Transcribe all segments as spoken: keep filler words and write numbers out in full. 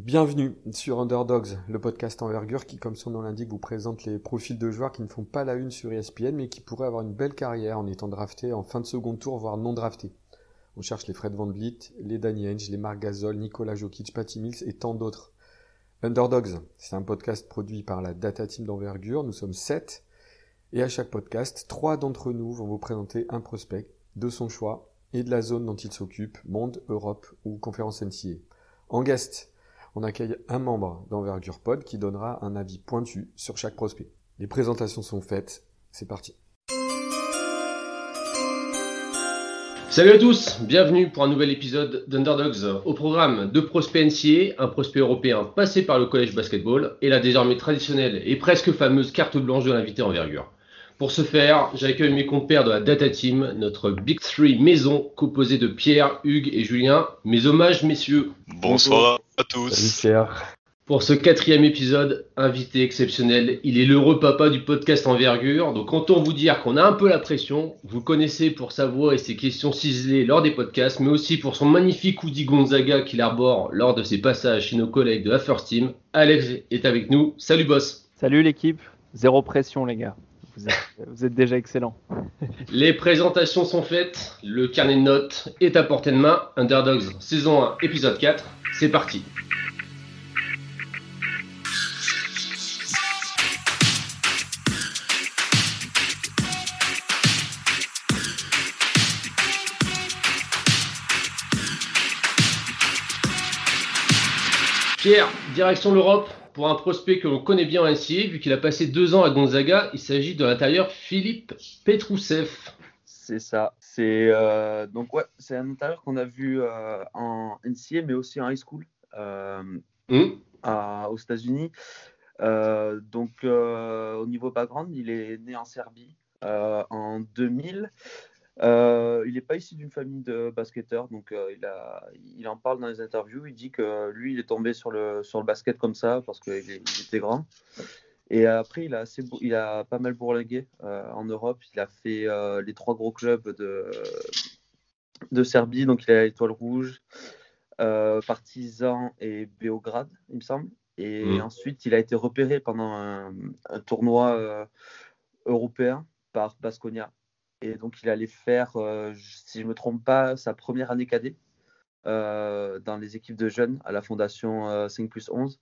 Bienvenue sur Underdogs, le podcast envergure qui, comme son nom l'indique, vous présente les profils de joueurs qui ne font pas la une sur E S P N mais qui pourraient avoir une belle carrière en étant draftés en fin de second tour, voire non draftés. On cherche les Fred VanVleet, les Danny Ainge, les Marc Gasol, Nikola Jokic, Patty Mills et tant d'autres. Underdogs, c'est un podcast produit par la Data Team d'envergure. Nous sommes sept et à chaque podcast, trois d'entre nous vont vous présenter un prospect de son choix et de la zone dont il s'occupe, monde, Europe ou conférence N C A A. En guest, on accueille un membre d'Envergure Pod qui donnera un avis pointu sur chaque prospect. Les présentations sont faites, c'est parti. Salut à tous, bienvenue pour un nouvel épisode d'Underdogs. Au programme, deux prospects N C A A, un prospect européen passé par le collège basketball et la désormais traditionnelle et presque fameuse carte blanche de l'invité Envergure. Pour ce faire, j'accueille mes compères de la Data Team, notre Big Three maison composée de Pierre, Hugues et Julien. Mes hommages, messieurs. Bonsoir à tous. Salut Pierre. Pour ce quatrième épisode, invité exceptionnel, il est l'heureux papa du podcast Envergure. Donc autant vous dire qu'on a un peu la pression. Vous le connaissez pour sa voix et ses questions ciselées lors des podcasts, mais aussi pour son magnifique hoodie Gonzaga qu'il arbore lors de ses passages chez nos collègues de la First Team. Alex est avec nous. Salut boss. Salut l'équipe. Zéro pression les gars. Vous êtes, vous êtes déjà excellents. Les présentations sont faites. Le carnet de notes est à portée de main. Underdogs saison un, épisode quatre. C'est parti. Pierre, direction l'Europe pour un prospect que l'on connaît bien en N C A A, vu qu'il a passé deux ans à Gonzaga. Il s'agit de l'intérieur Filip Petrousev. C'est ça. C'est euh, donc ouais, c'est un intérieur qu'on a vu euh, en N C A A, mais aussi en high school euh, Mmh. à, aux États-Unis. Euh, donc euh, au niveau background, il est né en Serbie euh, en deux mille. Euh, il n'est pas issu d'une famille de basketteurs, donc euh, il, a, il en parle dans les interviews. Il dit que lui, il est tombé sur le, sur le basket comme ça parce qu'il il était grand. Et après, il a, assez, il a pas mal bourlingué euh, en Europe. Il a fait euh, les trois gros clubs de, de Serbie. Donc, il a l'Étoile Rouge, euh, Partizan et Beograd, il me semble. Et Mmh. ensuite, il a été repéré pendant un, un tournoi euh, européen par Baskonia. Et donc, il allait faire, euh, si je ne me trompe pas, sa première année cadet euh, dans les équipes de jeunes à la fondation euh, cinq plus onze.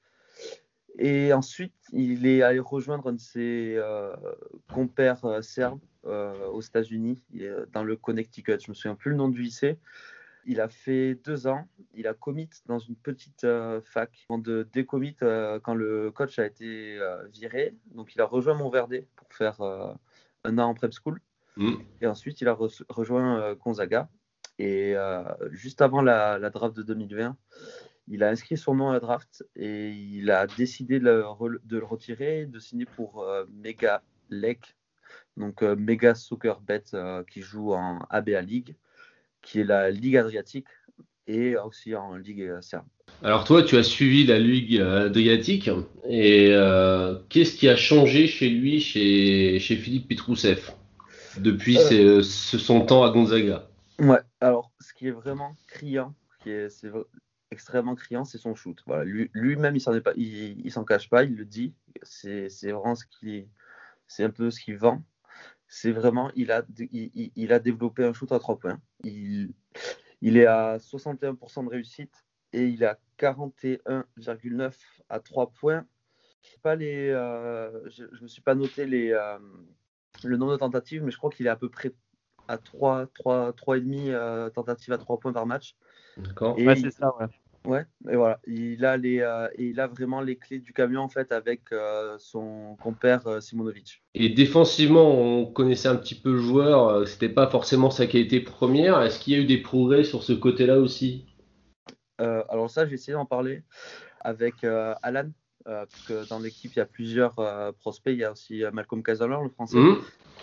Et ensuite, il est allé rejoindre un de ses euh, compères euh, serbes euh, aux États-Unis, dans le Connecticut. Je ne me souviens plus le nom du lycée. Il a fait deux ans. Il a commit dans une petite euh, fac avant de décommit euh, quand le coach a été euh, viré. Donc, il a rejoint Montverde pour faire euh, un an en prep school. Mmh. Et ensuite, il a re- rejoint euh, Gonzaga. Et euh, juste avant la, la draft de deux mille vingt, il a inscrit son nom à la draft et il a décidé de le, re- de le retirer et de signer pour euh, Mega Lek, donc euh, Mega Soccer Bet, euh, qui joue en A B A League, qui est la Ligue Adriatique et aussi en Ligue euh, serbe. Alors toi, tu as suivi la Ligue Adriatique et euh, qu'est-ce qui a changé chez lui, chez, chez Filip Petrousev, depuis Euh. ses- ce- son temps à Gonzaga? Ouais, alors ce qui est vraiment criant, qui est, c'est v- extrêmement criant, c'est son shoot. Voilà, lui, lui-même, il s'en est pas, il, il s'en cache pas, il le dit. C'est, c'est vraiment ce qui, c'est un peu ce qu'il vend. C'est vraiment, il a, il, il- il a développé un shoot à trois points. Il, il est à soixante et un pour cent de réussite et il a quarante et un virgule neuf à trois points. Je sais pas les, euh, je, je me suis pas noté les, euh, le nombre de tentatives, mais je crois qu'il est à peu près à trois, trois, trois virgule cinq euh, tentatives à trois points par match. D'accord. Et Ouais, il- c'est ça, ouais. Ouais, et voilà, il a les, euh, et il a vraiment les clés du camion en fait avec euh, son compère euh, Simonovic. Et défensivement, on connaissait un petit peu le joueur, euh, c'était pas forcément sa qualité première. Est-ce qu'il y a eu des progrès sur ce côté-là aussi? Euh, alors ça, j'ai essayé d'en parler avec euh, Alan, euh, parce que dans l'équipe il y a plusieurs euh, prospects, il y a aussi euh, Malcolm Casaler, le français, Mmh.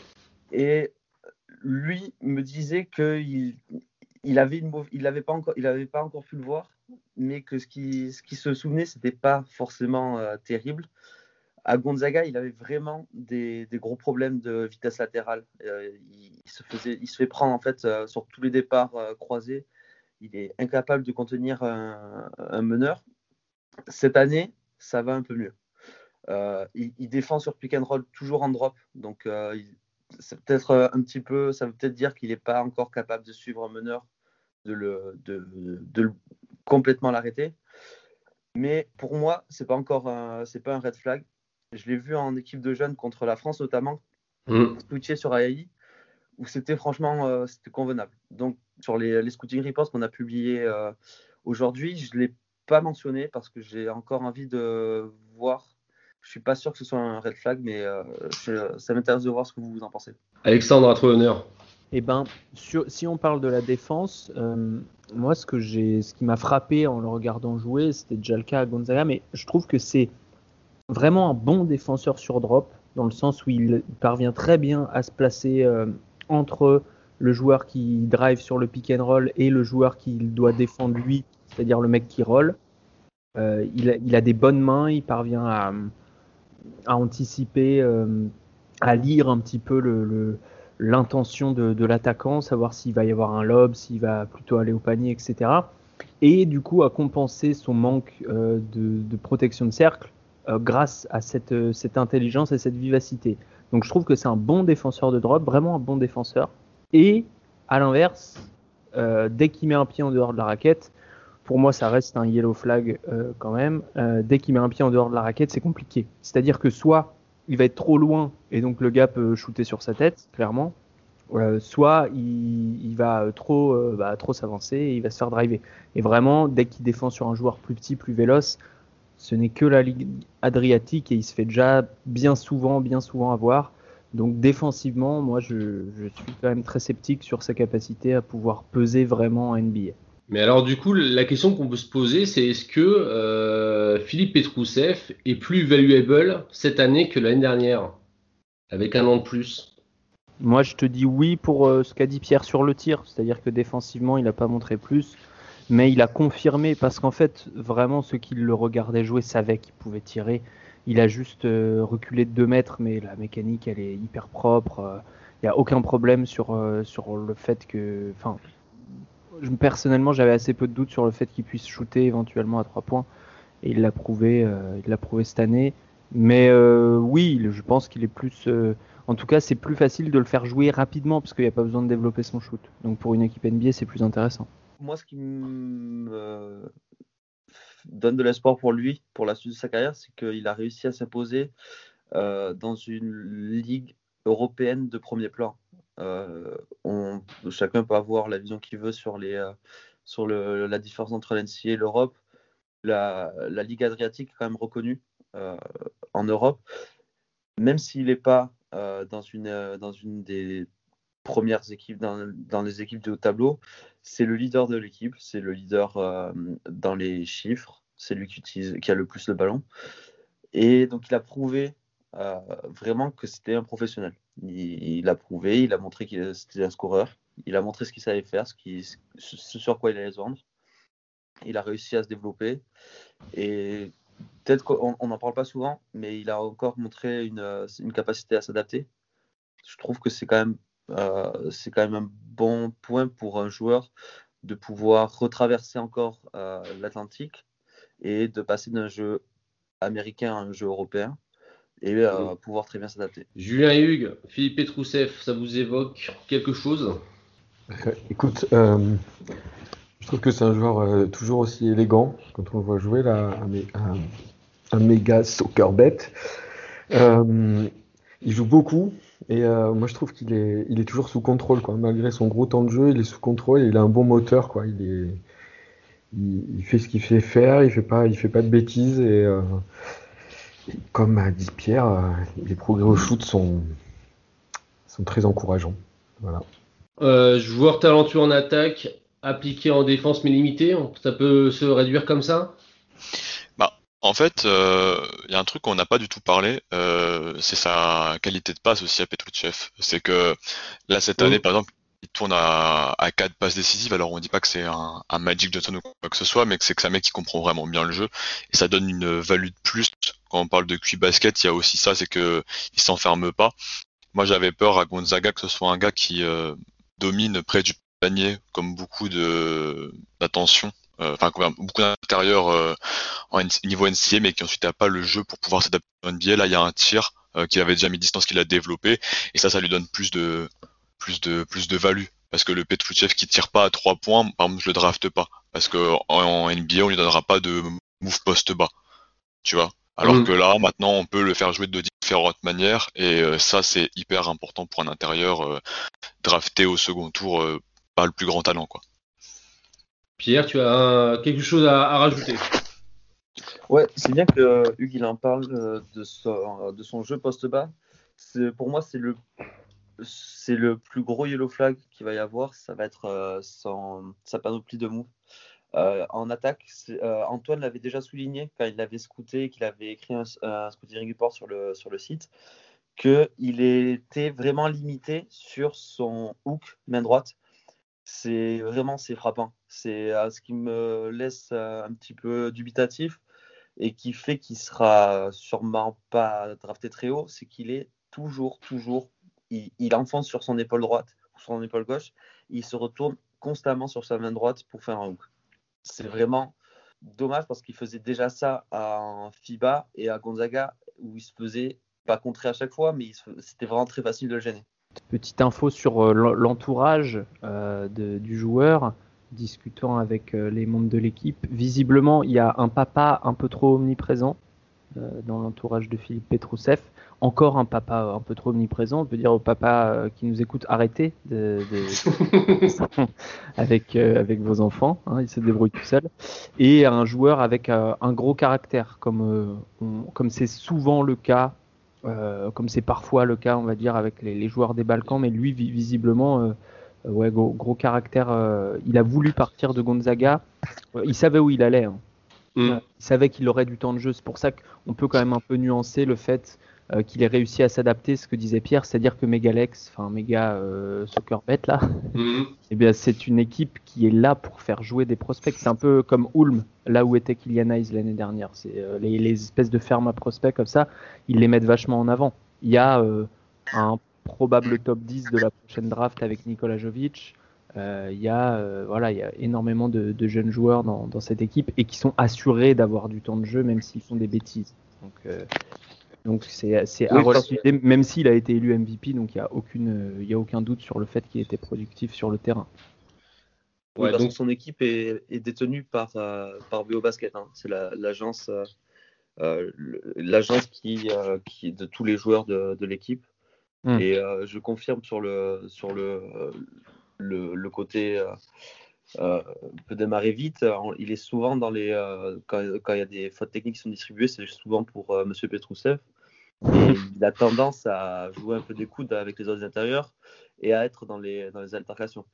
et lui me disait qu'il il avait une mauv- il avait pas encore, il avait pas encore pu le voir, mais que ce qui, ce qui se souvenait, c'était pas forcément euh, terrible. À Gonzaga, il avait vraiment des, des gros problèmes de vitesse latérale. Euh, il, il se faisait, il se fait prendre en fait euh, sur tous les départs euh, croisés. Il est incapable de contenir un, un meneur. Cette année, ça va un peu mieux. Euh, il, il défend sur pick and roll toujours en drop, donc euh, il, c'est peut-être euh, un petit peu, ça veut peut-être dire qu'il n'est pas encore capable de suivre un meneur, de le, de, de le- complètement l'arrêter. Mais pour moi, c'est pas encore un, c'est pas un red flag. Je l'ai vu en équipe de jeunes contre la France notamment, Mm. switcher sur A I, où c'était franchement euh, c'était convenable. Donc sur les, les scouting reports qu'on a publiés euh, aujourd'hui, je ne l'ai pas mentionné parce que j'ai encore envie de voir. Je suis pas sûr que ce soit un red flag, mais euh, je- ça m'intéresse de voir ce que vous en pensez. Alexandre, à toi l'honneur. Eh ben, sur- si on parle de la défense, euh, moi, ce que j'ai, ce qui m'a frappé en le regardant jouer, c'était déjà le cas à Gonzaga, mais je trouve que c'est vraiment un bon défenseur sur drop, dans le sens où il parvient très bien à se placer euh, entre le joueur qui drive sur le pick and roll et le joueur qui doit défendre lui, c'est-à-dire le mec qui roll. Euh, il, a, il a des bonnes mains, il parvient à, à anticiper, euh, à lire un petit peu le, le- l'intention de, de l'attaquant, savoir s'il va y avoir un lob, s'il va plutôt aller au panier, et cetera. Et du coup, à compenser son manque euh, de, de protection de cercle euh, grâce à cette, euh, cette intelligence et cette vivacité. Donc je trouve que c'est un bon défenseur de drop, vraiment un bon défenseur. Et à l'inverse, euh, dès qu'il met un pied en dehors de la raquette, pour moi, ça reste un yellow flag euh, quand même. Euh, dès qu'il met un pied en dehors de la raquette, c'est compliqué. C'est-à-dire que soit il va être trop loin et donc le gars peut shooter sur sa tête, clairement, euh, soit il, il va trop, euh, bah, trop s'avancer et il va se faire driver. Et vraiment, dès qu'il défend sur un joueur plus petit, plus véloce, ce n'est que la Ligue Adriatique et il se fait déjà bien souvent, bien souvent avoir. Donc défensivement, moi, je, je suis quand même très sceptique sur sa capacité à pouvoir peser vraiment en N B A. Mais alors du coup, la question qu'on peut se poser, c'est est-ce que euh, Philippe Petrousev est plus valuable cette année que l'année dernière, avec un an de plus? Moi, je te dis oui pour euh, ce qu'a dit Pierre sur le tir, c'est-à-dire que défensivement, il n'a pas montré plus, mais il a confirmé parce qu'en fait, vraiment, ceux qui le regardaient jouer savaient qu'il pouvait tirer. Il a juste euh, reculé de deux mètres, mais la mécanique, elle est hyper propre. euh, Il n'y a aucun problème sur, euh, sur le fait que. Enfin, je- personnellement, j'avais assez peu de doutes sur le fait qu'il puisse shooter éventuellement à trois points, et il l'a prouvé, euh, il l'a prouvé cette année. Mais euh, oui, je pense qu'il est plus. Euh, en tout cas, c'est plus facile de le faire jouer rapidement parce qu'il n'y a pas besoin de développer son shoot. Donc pour une équipe N B A, c'est plus intéressant. Moi, ce qui me donne de l'espoir pour lui, pour la suite de sa carrière, c'est qu'il a réussi à s'imposer euh, dans une ligue européenne de premier plan. Euh, on, chacun peut avoir la vision qu'il veut sur, les, euh, sur le, la différence entre l'N C A A et l'Europe. La, la Ligue Adriatique est quand même reconnue euh, en Europe, même s'il n'est pas euh, dans, une, euh, dans une des premières équipes, dans, dans les équipes de haut tableau, c'est le leader de l'équipe, c'est le leader euh, dans les chiffres, c'est lui qui, utilise, qui a le plus le ballon. Et donc, il a prouvé euh, vraiment que c'était un professionnel. Il, il a prouvé, il a montré qu'il c'était un scoreur, il a montré ce qu'il savait faire, ce, qui, ce sur quoi il allait se vendre. Il a réussi à se développer. Et peut-être qu'on n'en parle pas souvent, mais il a encore montré une, une capacité à s'adapter. Je trouve que c'est quand même, euh, c'est quand même un bon point pour un joueur de pouvoir retraverser encore euh, l'Atlantique et de passer d'un jeu américain à un jeu européen et euh, pouvoir très bien s'adapter. Julien et Hugues, Philippe Petrousev, ça vous évoque quelque chose? Euh, écoute, euh, je trouve que c'est un joueur euh, toujours aussi élégant quand on le voit jouer là, un, mé- un- un méga soccer bête. Euh, il joue beaucoup et euh, moi je trouve qu'il est, il est toujours sous contrôle quoi. Malgré son gros temps de jeu, il est sous contrôle et il a un bon moteur quoi. Il est, il, il fait ce qu'il fait faire, il fait pas, il fait pas de bêtises et euh, comme a dit Pierre, euh, les progrès au shoot sont, sont très encourageants. Voilà. Euh, joueur talentueux en attaque, appliqué en défense mais limité, ça peut se réduire comme ça? Bah, en fait, il euh, y a un truc qu'on n'a pas du tout parlé, euh, c'est sa qualité de passe aussi à Petrouchev. C'est que là, cette année, Hum. par exemple, il tourne à, à quatre passes décisives. Alors, on dit pas que c'est un, un Magic Johnson ou quoi que ce soit, mais que c'est que c'est un mec qui comprend vraiment bien le jeu. Et ça donne une value de plus. Quand on parle de Q basket, il y a aussi ça, c'est que il s'enferme pas. Moi, j'avais peur à Gonzaga que ce soit un gars qui euh, domine près du panier, comme beaucoup de d'attention enfin euh, beaucoup d'intérieurs euh, en N- niveau N C A A, mais qui ensuite n'a pas le jeu pour pouvoir s'adapter en N B A. Là, il y a un tir euh, qu'il avait déjà mis distance, qu'il a développé, et ça, ça lui donne plus de plus de plus de value. Parce que le Petrouchev qui tire pas à trois points, par exemple, je le drafte pas. Parce que en, en N B A, on lui donnera pas de move post bas. Tu vois? Alors Mm. que là, maintenant, on peut le faire jouer de différentes manières, et euh, ça, c'est hyper important pour un intérieur euh, drafté au second tour, euh, pas le plus grand talent, quoi. Pierre, tu as un- quelque chose à, à rajouter? Ouais, c'est bien que euh, Hugues il en parle euh, de, son, de son jeu post-bas. C'est, pour moi, c'est le, c'est le plus gros yellow flag qu'il va y avoir. Ça va être euh, son, sa panoplie de moves. Euh, en attaque, c'est- euh, Antoine l'avait déjà souligné quand il l'avait scouté, qu'il avait écrit un, un scouting report sur le, sur le site, qu'il était vraiment limité sur son hook main droite. C'est vraiment c'est frappant. C'est euh, ce qui me laisse euh, un petit peu dubitatif et qui fait qu'il sera sûrement pas drafté très haut, c'est qu'il est toujours, toujours, il, il enfonce sur son épaule droite ou son épaule gauche, il se retourne constamment sur sa main droite pour faire un hook. C'est vraiment dommage parce qu'il faisait déjà ça en FIBA et à Gonzaga où il se faisait pas contrer à chaque fois, mais il se, c'était vraiment très facile de le gêner. Petite info sur euh, l'entourage euh, de, du joueur, discutant avec euh, les membres de l'équipe. Visiblement, il y a un papa un peu trop omniprésent euh, dans l'entourage de Philippe Petrouseff. Encore un papa un peu trop omniprésent. On peut dire au papa euh, qui nous écoute, arrêtez de, de... avec, euh, avec vos enfants. Hein, il se débrouille tout seul. Et un joueur avec euh, un gros caractère, comme euh, on, comme c'est souvent le cas. Euh, comme c'est parfois le cas, on va dire, avec les, les joueurs des Balkans, mais lui, vi- visiblement, euh, euh, ouais, gros, gros caractère. Euh, il a voulu partir de Gonzaga. Euh, il savait où il allait. Hein. Mm. Euh, il savait qu'il aurait du temps de jeu. C'est pour ça qu'on peut quand même un peu nuancer le fait euh, qu'il ait réussi à s'adapter, ce que disait Pierre, c'est-à-dire que Megalex, enfin Mega euh, Soccerbet là, Mm. eh bien c'est une équipe qui est là pour faire jouer des prospects. C'est un peu comme Ulm, là où était Kylian Hayes l'année dernière. C'est euh, les, les espèces de fermes à prospects comme ça, ils les mettent vachement en avant. Il y a euh, un probable top dix de la prochaine draft avec Nikola Jovic. Euh, il y a euh, voilà, il y a énormément de, de jeunes joueurs dans, dans cette équipe et qui sont assurés d'avoir du temps de jeu même s'ils font des bêtises. Donc euh, donc c'est c'est à Oui, parce que- relativiser, même s'il a été élu M V P, donc il y a aucune euh, il y a aucun doute sur le fait qu'il était productif sur le terrain. Oui, Ouais, parce donc que son équipe est, est détenue par, euh, par BioBasket. Hein. C'est la, l'agence, euh, euh, le- l'agence qui, euh, qui de tous les joueurs de, de l'équipe. Mm. Et euh, je confirme sur le, sur le, euh, le, le côté euh, euh, peut démarrer vite. Il est souvent dans les euh, quand, quand il y a des fautes techniques qui sont distribuées, c'est souvent pour euh, Monsieur Petrouseff. Et il a tendance à jouer un peu des coudes avec les autres intérieurs et à être dans les, dans les altercations.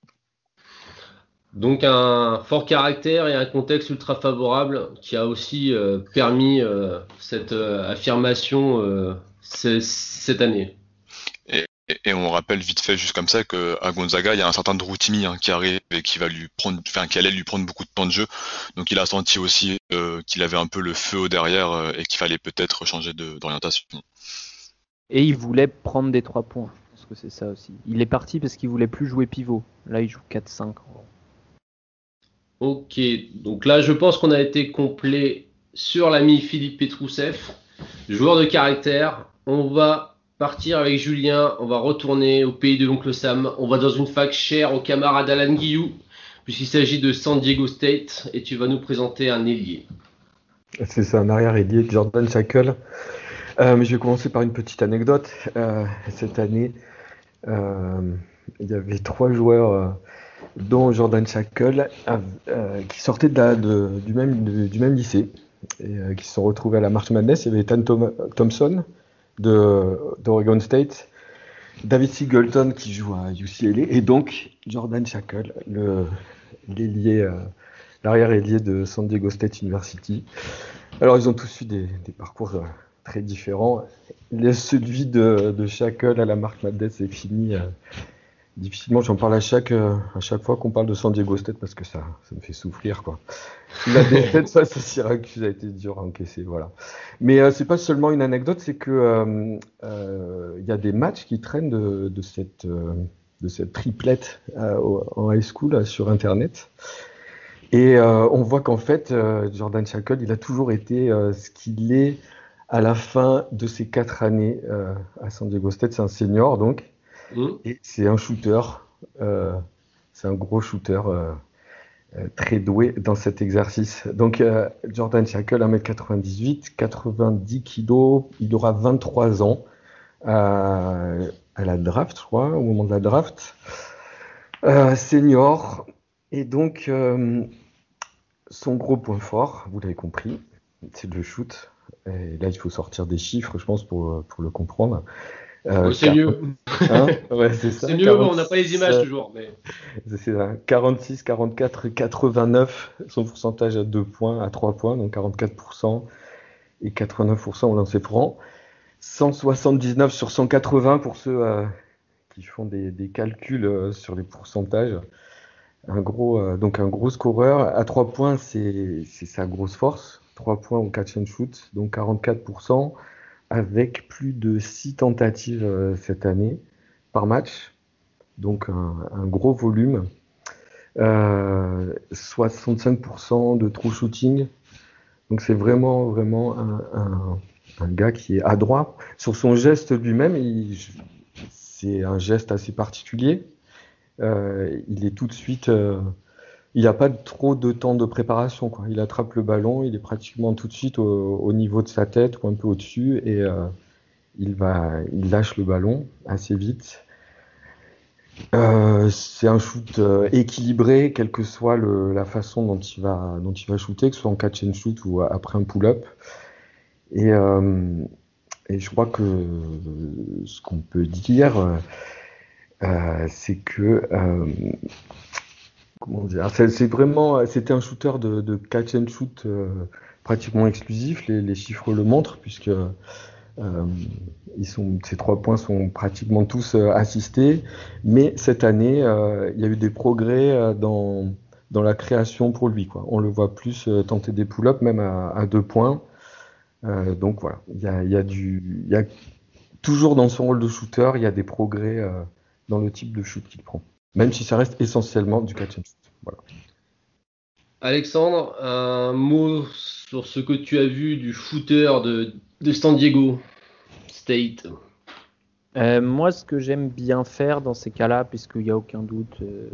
Donc un fort caractère et un contexte ultra favorable qui a aussi euh, permis euh, cette euh, affirmation euh, c- cette année. Et, et- et on rappelle vite fait, juste comme ça, qu'à Gonzaga, il y a un certain Drew Timme hein, qui arrive et qui va lui prendre, enfin, qui allait lui prendre beaucoup de temps de jeu. Donc il a senti aussi euh, qu'il avait un peu le feu au derrière euh, et qu'il fallait peut-être changer de- d'orientation. Et il voulait prendre des trois points. Je pense que c'est ça aussi. Il est parti parce qu'il voulait plus jouer pivot. Là, il joue quatre cinq. Ok, donc là je pense qu'on a été complet sur l'ami Philippe Petrouseff, joueur de caractère. On va partir avec Julien, on va retourner au pays de l'oncle Sam. On va dans une fac chère au camarade Alan Guillou, puisqu'il s'agit de San Diego State, et tu vas nous présenter un ailier. C'est ça, un arrière-ailier, Jordan Shackle. Euh, mais je vais commencer par une petite anecdote. Euh, cette année, euh, il y avait trois joueurs, euh, dont Jordan Shackle, euh, qui sortaient de la, de, du, même, de, du même lycée et euh, qui se sont retrouvés à la March Madness. Il y avait Ethan Tom- Thompson de, d'Oregon State, David Singleton qui joue à U C L A et donc Jordan Shackle, le, l'ailier, euh, l'arrière-ailier de San Diego State University. Alors ils ont tous eu des, des parcours euh, très différents. Le, celui de, de Shackle à la March Madness est fini. Euh, difficilement, j'en parle à chaque, euh, à chaque fois qu'on parle de San Diego State parce que ça, ça me fait souffrir, quoi. La défaite face à Syracuse a été dure à encaisser, voilà. Mais euh, c'est pas seulement une anecdote, c'est que euh, euh, il y a des matchs qui traînent de, de cette, euh, de cette triplette euh, au- en high school euh, sur Internet. Et euh, on voit qu'en fait, euh, Jordan Schakel, il a toujours été euh, ce qu'il est à la fin de ses quatre années euh, à San Diego State. C'est un senior, donc. Mmh. Et c'est un shooter. Euh, c'est un gros shooter euh, euh, très doué dans cet exercice. Donc, euh, Jordan Schakel, un mètre quatre-vingt-dix-huit, quatre-vingt-dix kilos. Il aura vingt-trois ans à, à la draft, je crois, au moment de la draft. Euh, senior. Et donc... Euh, son gros point fort, vous l'avez compris, c'est le shoot. Et là, il faut sortir des chiffres, je pense, pour, pour le comprendre. Euh, oh, c'est mieux. Hein ouais, c'est ça. C'est mieux, quarante-six, on n'a pas les images toujours. Mais... C'est ça. quarante-six, quarante-quatre, quatre-vingt-neuf, son pourcentage à deux points, à trois points, donc quarante-quatre pour cent et quatre-vingt-neuf pour cent au lancer franc. cent soixante-dix-neuf sur cent quatre-vingts pour ceux euh, qui font des, des calculs euh, sur les pourcentages. Un gros, euh, donc un gros scoreur. À trois points, c'est, c'est sa grosse force. trois points au catch and shoot, donc quarante-quatre pour cent, avec plus de six tentatives euh, cette année par match. Donc un, un gros volume. Euh, soixante-cinq pour cent de true shooting. Donc c'est vraiment, vraiment un, un, un gars qui est adroit. Sur son geste lui-même, il, c'est un geste assez particulier. Euh, il est tout de suite, euh, il n'y a pas trop de temps de préparation, quoi. Il attrape le ballon, il est pratiquement tout de suite au, au niveau de sa tête ou un peu au-dessus et euh, il va, il lâche le ballon assez vite. Euh, c'est un shoot euh, équilibré, quelle que soit le, la façon dont il va, dont il va shooter, que ce soit en catch and shoot ou après un pull-up. Et, euh, et je crois que ce qu'on peut dire. Euh, Euh, c'est que euh, comment dire, c'est, c'est vraiment, c'était un shooter de, de catch and shoot euh, pratiquement exclusif. Les, les chiffres le montrent puisque euh, ils sont, ces trois points sont pratiquement tous euh, assistés. Mais cette année, euh, il y a eu des progrès euh, dans dans la création pour lui, quoi. On le voit plus euh, tenter des pull-ups, même à, à deux points. Euh, donc voilà, il y a, il y a du, il y a toujours dans son rôle de shooter, il y a des progrès. Euh, dans le type de shoot qu'il prend, même si ça reste essentiellement du catch and shoot. Voilà. Alexandre, un mot sur ce que tu as vu du shooter de, de San Diego State. Euh, moi, ce que j'aime bien faire dans ces cas-là, puisqu'il n'y a aucun doute, euh,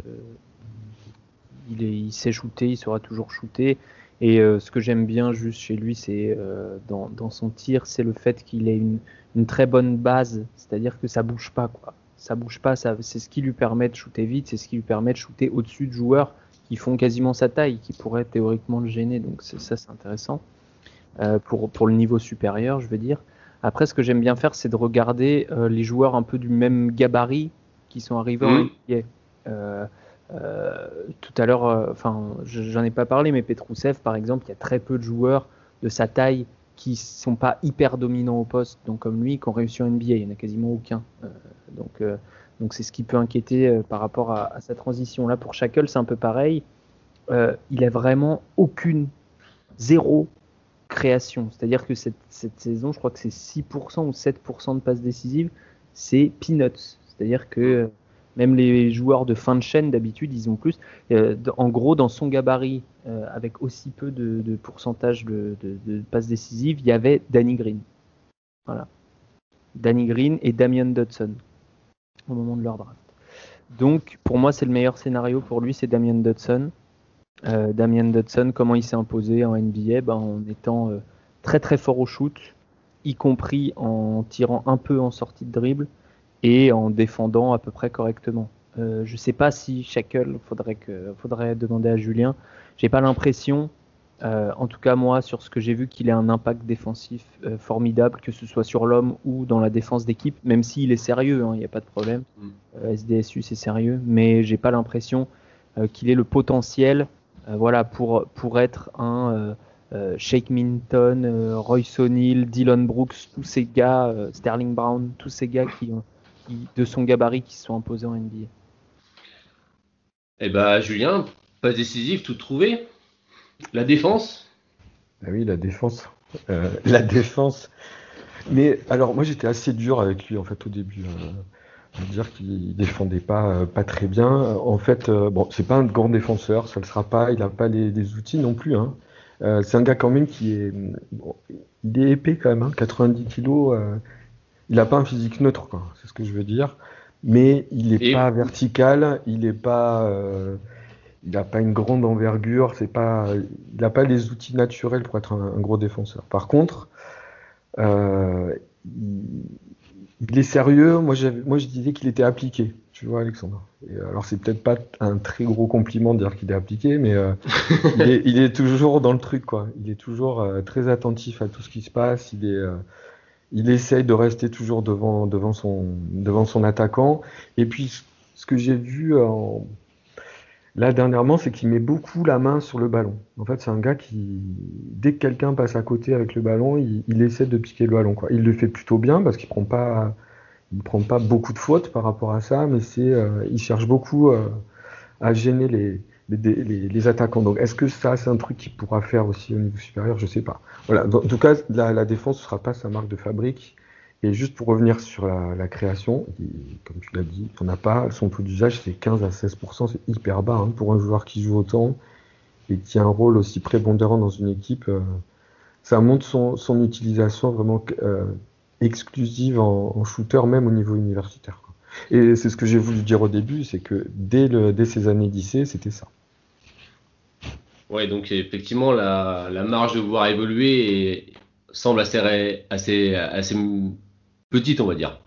il, est, il sait shooter, il saura toujours shooter. Et euh, ce que j'aime bien juste chez lui, c'est euh, dans, dans son tir, c'est le fait qu'il ait une, une très bonne base, c'est-à-dire que ça bouge pas, quoi. Ça bouge pas, ça, c'est ce qui lui permet de shooter vite, c'est ce qui lui permet de shooter au-dessus de joueurs qui font quasiment sa taille, qui pourraient théoriquement le gêner. Donc c'est, ça, c'est intéressant euh, pour, pour le niveau supérieur, je veux dire. Après, ce que j'aime bien faire, c'est de regarder euh, les joueurs un peu du même gabarit qui sont arrivés mmh. en N B A. Euh, euh, tout à l'heure, enfin, euh, j'en ai pas parlé, mais Petrousev, par exemple, il y a très peu de joueurs de sa taille qui sont pas hyper dominants au poste, donc comme lui, qui ont réussi en N B A, il y en a quasiment aucun. Euh, donc, euh, donc c'est ce qui peut inquiéter euh, par rapport à, à sa transition. Là, pour Schakel, c'est un peu pareil. Euh, il a vraiment aucune, zéro création. C'est-à-dire que cette, cette saison, je crois que c'est six pour cent ou sept pour cent de passes décisives, c'est peanuts. C'est-à-dire que euh, même les joueurs de fin de chaîne, d'habitude, ils ont plus. Euh, en gros, dans son gabarit, euh, avec aussi peu de, de pourcentage de, de, de passes décisives, il y avait Danny Green. Voilà. Danny Green et Damian Dotson au moment de leur draft. Donc, pour moi, c'est le meilleur scénario pour lui, c'est Damian Dotson. Euh, Damian Dotson, comment il s'est imposé en N B A, ben, en étant euh, très très fort au shoot, y compris en tirant un peu en sortie de dribble et en défendant à peu près correctement. Euh, je ne sais pas si Schakel, faudrait que, faudrait demander à Julien. J'ai pas l'impression, euh, en tout cas moi, sur ce que j'ai vu, qu'il ait un impact défensif euh, formidable, que ce soit sur l'homme ou dans la défense d'équipe, même s'il est sérieux, il hein, n'y a pas de problème. Euh, S D S U c'est sérieux, mais j'ai pas l'impression euh, qu'il ait le potentiel, euh, voilà, pour pour être un euh, euh, Shake Minton, euh, Royce O'Neal, Dylan Brooks, tous ces gars, euh, Sterling Brown, tous ces gars qui ont Qui, de son gabarit qui se sont imposés en N B A. Eh ben, Julien, passe décisive, tout trouvé. La défense. Ah oui, la défense. Euh, la défense. Mais alors, moi, j'étais assez dur avec lui en fait au début. Euh, dire qu'il défendait pas, euh, pas très bien. En fait, euh, bon, c'est pas un grand défenseur, ça le sera pas. Il a pas les, les outils non plus. Hein. Euh, c'est un gars quand même qui est, bon, il est épais quand même, hein, quatre-vingt-dix kilos. Euh, il a pas un physique neutre, quoi. C'est ce que je veux dire. Mais il est Et pas vertical, il est pas, euh, il a pas une grande envergure. C'est pas, il a pas les outils naturels pour être un, un gros défenseur. Par contre, euh, il, il est sérieux. Moi, j'avais- moi, je disais qu'il était appliqué. Tu vois, Alexandre. Et alors, c'est peut-être pas un très gros compliment de dire qu'il est appliqué, mais euh, il est, il est toujours dans le truc, quoi. Il est toujours euh, très attentif à tout ce qui se passe. Il est, euh, il essaye de rester toujours devant, devant son, devant son attaquant. Et puis, ce ce que j'ai vu en- là dernièrement, c'est qu'il met beaucoup la main sur le ballon. En fait, c'est un gars qui, dès que quelqu'un passe à côté avec le ballon, il, il essaie de piquer le ballon, quoi. Il le fait plutôt bien parce qu'il prend pas, il prend pas beaucoup de fautes par rapport à ça, mais c'est, euh, il cherche beaucoup euh, à gêner les, les, les- les attaquants. Donc, est-ce que ça, c'est un truc qu'il pourra faire aussi au niveau supérieur? Je sais pas. Voilà. Dans- en tout cas, la, la défense ne sera pas sa marque de fabrique. Et juste pour revenir sur la, la création, il- comme tu l'as dit, on n'a pas son taux d'usage, c'est quinze à seize pour cent, c'est hyper bas hein, pour un joueur qui joue autant et qui a un rôle aussi prépondérant dans une équipe. euh, ça montre son, son utilisation vraiment euh, exclusive en, en shooter, même au niveau universitaire, quoi. Et c'est ce que j'ai voulu dire au début, c'est que dès, le, dès ces années lycée, c'était ça. ouais, donc effectivement, la, la marge de pouvoir évoluer est- semble assez, ré- assez, assez petite, on va dire.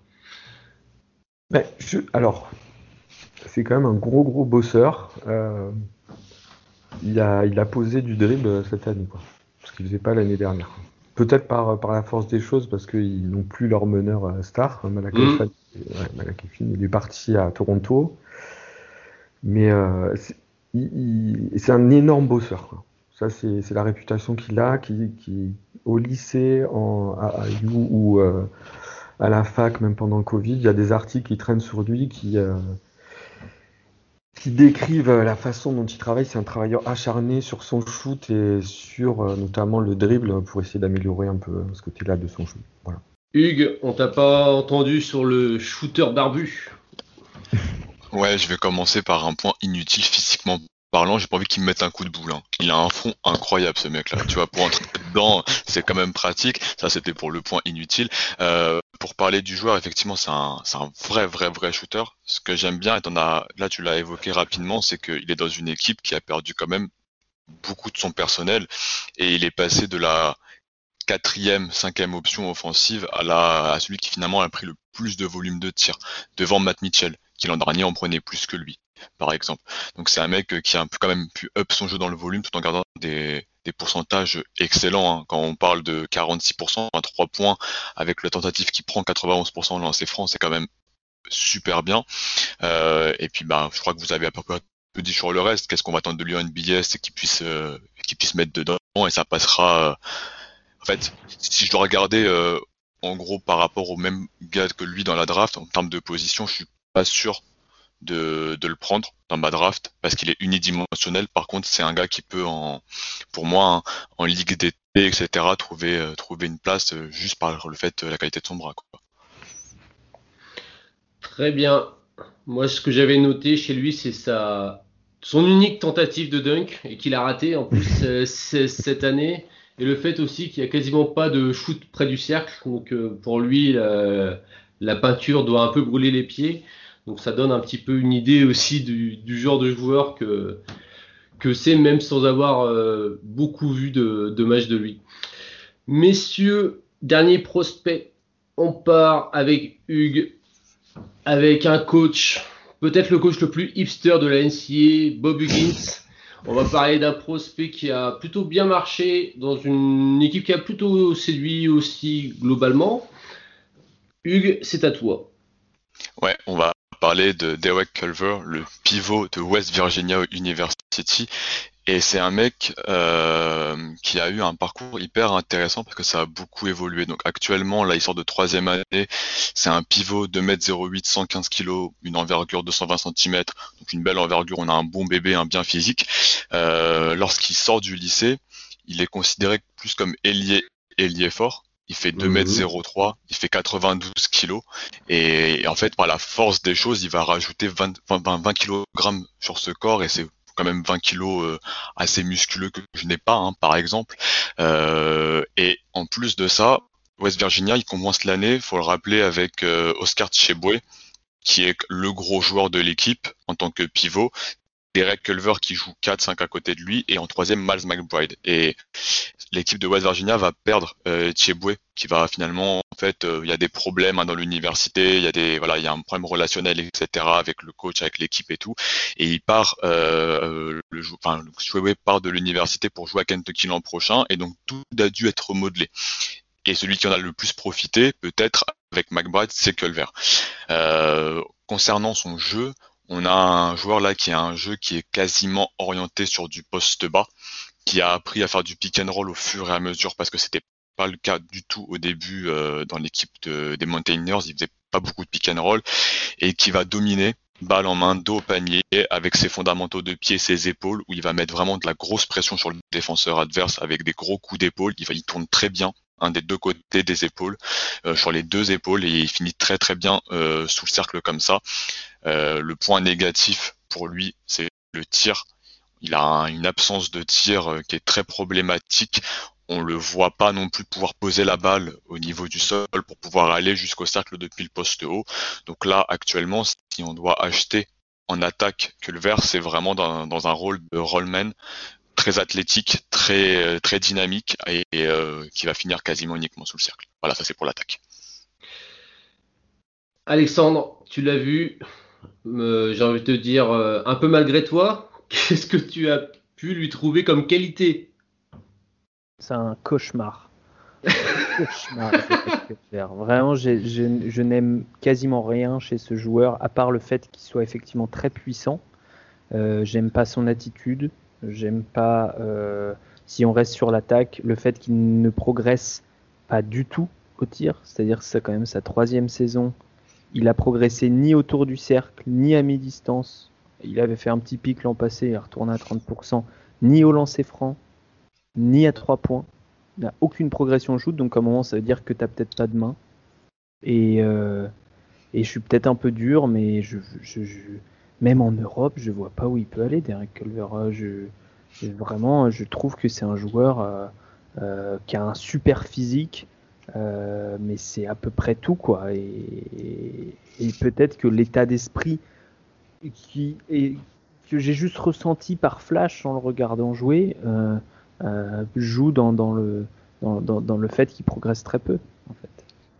Mais je- alors, c'est quand même un gros gros bosseur. Euh, il a, il a posé du dribble cette année, quoi. Ce qu'il faisait pas l'année dernière. Peut-être par, par la force des choses, parce qu'ils n'ont plus leur meneur euh, star, hein, Malakai Hmm. Fall- ouais, Malakai Flynn, il est parti à Toronto. Mais euh, c'est il- il- c'est un énorme bosseur, quoi. Ça, c'est c'est la réputation qu'il a, qui, qui au lycée, en, à, à U ou euh, à la fac, même pendant le Covid, il y a des articles qui traînent sur lui qui, euh, qui décrivent euh, la façon dont il travaille. C'est un travailleur acharné sur son shoot et sur euh, notamment le dribble pour essayer d'améliorer un peu ce côté-là de son shoot. Voilà. Hugues, on t'a pas entendu sur le shooter barbu. Ouais, je vais commencer par un point inutile physiquement parlant. J'ai pas envie qu'il me mette un coup de boule, hein. Il a un front incroyable, ce mec-là. Tu vois, pour entrer dedans, c'est quand même pratique. Ça, c'était pour le point inutile. Euh, pour parler du joueur, effectivement, c'est un, c'est un vrai, vrai, vrai shooter. Ce que j'aime bien, et t'en as, là, tu l'as évoqué rapidement, c'est qu'il est dans une équipe qui a perdu quand même beaucoup de son personnel et il est passé de la quatrième, cinquième option offensive à la, à celui qui finalement a pris le plus de volume de tir devant Matt Mitchell, qui l'an dernier en prenait plus que lui, par exemple. Donc c'est un mec qui a un peu quand même pu up son jeu dans le volume tout en gardant des, des pourcentages excellents, hein. Quand on parle de quarante-six pour cent à trois points avec le tentative qui prend quatre-vingt-onze pour cent de lancer franc, c'est quand même super bien. Euh, et puis bah je crois que vous avez à peu près tout dit sur le reste. Qu'est-ce qu'on va attendre de lui en N B A, c'est qu'il puisse euh, qu'il puisse mettre dedans et ça passera. Euh, en fait, si je dois regarder euh, en gros par rapport au même gars que lui dans la draft, en termes de position, je suis pas sûr de, de le prendre dans ma draft parce qu'il est unidimensionnel. Par contre, c'est un gars qui peut en, pour moi, hein, en ligue d'été, et cetera, trouver euh, trouver une place euh, juste par le fait de la qualité de son bras, quoi. Très bien. Moi, ce que j'avais noté chez lui, c'est sa son unique tentative de dunk et qu'il a raté en plus euh, c- cette année. Et le fait aussi qu'il n'y a quasiment pas de shoot près du cercle. Donc euh, pour lui, la, la peinture doit un peu brûler les pieds. Donc ça donne un petit peu une idée aussi du, du genre de joueur que, que c'est, même sans avoir euh, beaucoup vu de, de matchs de lui. Messieurs, dernier prospect. On part avec Hugues, avec un coach, peut-être le coach le plus hipster de la N C A A, Bob Huggins. On va parler d'un prospect qui a plutôt bien marché dans une équipe qui a plutôt séduit aussi globalement. Hugues, c'est à toi. Ouais, on va parler de Derek Culver, le pivot de West Virginia University. Et c'est un mec euh, qui a eu un parcours hyper intéressant parce que ça a beaucoup évolué. Donc actuellement, là, il sort de troisième année. C'est un pivot deux mètres zéro huit, cent quinze kilos, une envergure de cent vingt centimètres. Donc une belle envergure, on a un bon bébé, un bien physique. Euh, lorsqu'il sort du lycée, il est considéré plus comme ailier, ailier fort. Il fait deux mètres zéro trois, il fait quatre-vingt-douze kilos. Et, et en fait, par la force des choses, il va rajouter vingt, vingt, vingt kilogrammes sur ce corps. Et c'est quand même vingt kilos euh, assez musculeux que je n'ai pas, hein, par exemple. Euh, et en plus de ça, West Virginia, il commence l'année, il faut le rappeler, avec euh, Oscar Tshiebwe, qui est le gros joueur de l'équipe en tant que pivot. Derek Culver qui joue quatre cinq à côté de lui, et en troisième Miles McBride. Et l'équipe de West Virginia va perdre euh, Tshiebwe, qui va finalement, en fait, il euh, y a des problèmes hein, dans l'université, il y a des, voilà, il y a un problème relationnel, et cetera, avec le coach, avec l'équipe et tout. Et il part, euh, le, enfin, Tshiebwe part de l'université pour jouer à Kentucky l'an prochain, et donc tout a dû être remodelé. Et celui qui en a le plus profité, peut-être, avec McBride, c'est Culver. Euh, concernant son jeu, on a un joueur là qui a un jeu qui est quasiment orienté sur du poste bas, qui a appris à faire du pick and roll au fur et à mesure parce que c'était pas le cas du tout au début euh, dans l'équipe de, des Mountaineers, il faisait pas beaucoup de pick and roll, et qui va dominer balle en main, dos au panier, avec ses fondamentaux de pied, ses épaules, où il va mettre vraiment de la grosse pression sur le défenseur adverse avec des gros coups d'épaule. Il va, il tourne très bien un des deux côtés des épaules, euh, sur les deux épaules, et il finit très très bien euh, sous le cercle comme ça. Euh, le point négatif pour lui, c'est le tir. Il a un, une absence de tir euh, qui est très problématique. On le voit pas non plus pouvoir poser la balle au niveau du sol pour pouvoir aller jusqu'au cercle depuis le poste haut. Donc là, actuellement, si on doit acheter en attaque Culver, c'est vraiment dans, dans un rôle de rollman, très athlétique, très très dynamique, et, et euh, qui va finir quasiment uniquement sous le cercle. Voilà, ça c'est pour l'attaque. Alexandre, tu l'as vu, euh, j'ai envie de te dire, euh, un peu malgré toi, qu'est-ce que tu as pu lui trouver comme qualité? C'est un cauchemar. Un cauchemar. Vraiment, j'ai, je, je n'aime quasiment rien chez ce joueur, à part le fait qu'il soit effectivement très puissant. Euh, j'aime pas son attitude. J'aime pas, euh, si on reste sur l'attaque, le fait qu'il ne progresse pas du tout au tir. C'est-à-dire que c'est quand même sa troisième saison. Il a progressé ni autour du cercle, ni à mi-distance. Il avait fait un petit pic l'an passé, il est retourné à trente pour cent. Ni au lancer franc, ni à trois points. Il n'a aucune progression au shoot, donc à un moment ça veut dire que tu n'as peut-être pas de main. Et, euh, et je suis peut-être un peu dur, mais je, je, je, même en Europe, je vois pas où il peut aller, Derek Culver. Je, je, vraiment, je trouve que c'est un joueur euh, euh, qui a un super physique, euh, mais c'est à peu près tout, quoi. Et, et peut-être que l'état d'esprit qui est, que j'ai juste ressenti par flash en le regardant jouer euh, euh, joue dans, dans, le, dans, dans, dans le fait qu'il progresse très peu, en fait.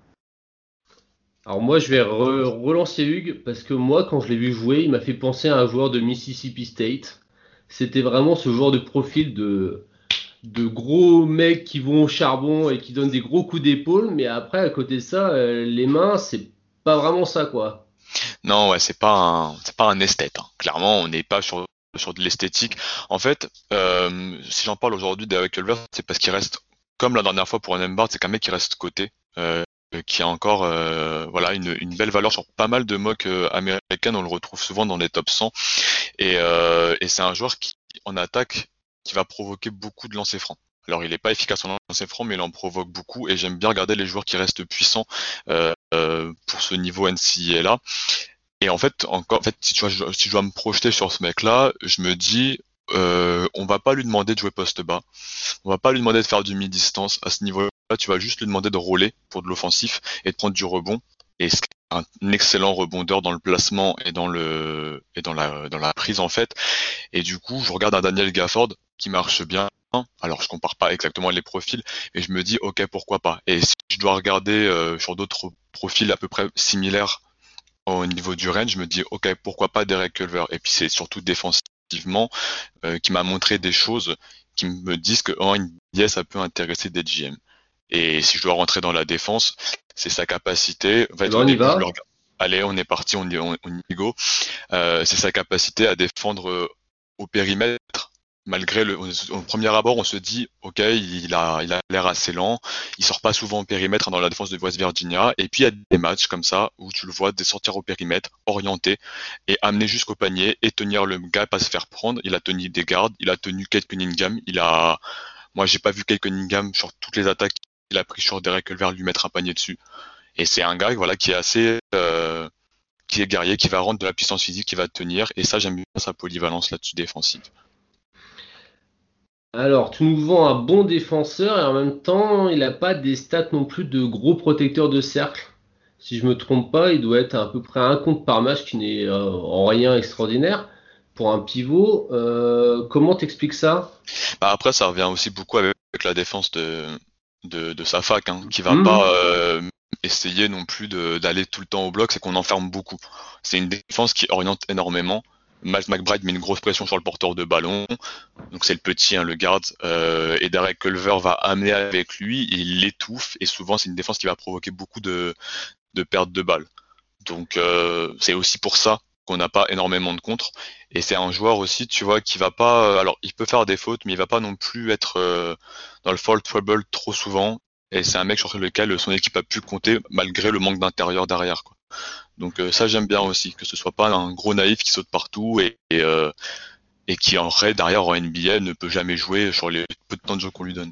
Alors moi, je vais re- relancer Hugues, parce que moi, quand je l'ai vu jouer, il m'a fait penser à un joueur de Mississippi State. C'était vraiment ce genre de profil de, de gros mecs qui vont au charbon et qui donnent des gros coups d'épaule, mais après, à côté de ça, euh, les mains, c'est pas vraiment ça, quoi. Non, ouais, c'est pas un, c'est pas un esthète. Hein. Clairement, on n'est pas sur sur de l'esthétique. En fait, euh, si j'en parle aujourd'hui d'Eric Culver, c'est parce qu'il reste, comme la dernière fois pour un Embard, c'est qu'un mec qui reste coté, euh, qui a encore, euh, voilà, une, une belle valeur sur pas mal de mocks euh, américaines. On le retrouve souvent dans les top cent, et, euh, et c'est un joueur qui, en attaque, qui va provoquer beaucoup de lancers francs. Alors, il n'est pas efficace en lancers francs, mais il en provoque beaucoup, et j'aime bien regarder les joueurs qui restent puissants euh, euh, pour ce niveau N C A A là. Et en fait, encore, en fait, si tu vois, si je dois me projeter sur ce mec-là, je me dis, euh, on va pas lui demander de jouer poste bas, on va pas lui demander de faire du mi-distance. À ce niveau-là, tu vas juste lui demander de rouler pour de l'offensif et de prendre du rebond. Et c'est un excellent rebondeur dans le placement et dans le et dans la dans la prise en fait. Et du coup, je regarde un Daniel Gafford qui marche bien. Alors, je compare pas exactement les profils, et je me dis, ok, pourquoi pas. Et si je dois regarder euh, sur d'autres profils à peu près similaires au niveau du range, je me dis ok, pourquoi pas Derek Culver. Et puis c'est surtout défensivement euh, qui m'a montré des choses qui me disent que en N B A ça peut intéresser des G M. Et si je dois rentrer dans la défense, c'est sa capacité. En fait, Ben, on y va. Le... Allez, on est parti, on y, on, on y go. Euh, c'est sa capacité à défendre euh, au périmètre. Malgré le, au premier abord, on se dit, ok, il a, il a l'air assez lent, il sort pas souvent au périmètre dans la défense de West Virginia, et puis il y a des matchs comme ça où tu le vois sortir au périmètre, orienter et amener jusqu'au panier et tenir le gars, pas se faire prendre. Il a tenu des gardes, il a tenu Kate Cunningham, il a, moi j'ai pas vu Kate Cunningham sur toutes les attaques il a pris sur Derek Culver lui mettre un panier dessus. Et c'est un gars voilà, qui est assez euh, qui est guerrier, qui va rendre de la puissance physique, qui va tenir. Et ça, j'aime bien sa polyvalence là-dessus défensive. Alors, tu nous vends un bon défenseur et en même temps, il n'a pas des stats non plus de gros protecteurs de cercle. Si je me trompe pas, il doit être à peu près un compte par match, qui n'est euh, en rien extraordinaire pour un pivot. Euh, comment t'expliques ça? Bah après, ça revient aussi beaucoup avec la défense de, de, de sa fac, hein, qui va Mmh. pas euh, essayer non plus de- d'aller tout le temps au bloc, c'est qu'on enferme beaucoup. C'est une défense qui oriente énormément. Miles McBride met une grosse pression sur le porteur de ballon, donc c'est le petit, hein, le garde, euh, et Derek Culver va amener avec lui, et il l'étouffe, et souvent c'est une défense qui va provoquer beaucoup de, de pertes de balles. Donc euh, c'est aussi pour ça qu'on n'a pas énormément de contre. Et c'est un joueur aussi, tu vois, qui va pas. Alors il peut faire des fautes, mais il va pas non plus être euh, dans le foul trouble trop souvent. Et c'est un mec sur lequel son équipe a pu compter malgré le manque d'intérieur derrière, quoi. Donc euh, ça j'aime bien aussi, que ce soit pas un gros naïf qui saute partout et, et, euh, et qui en vrai derrière en N B A ne peut jamais jouer sur les peu de temps de jeu qu'on lui donne.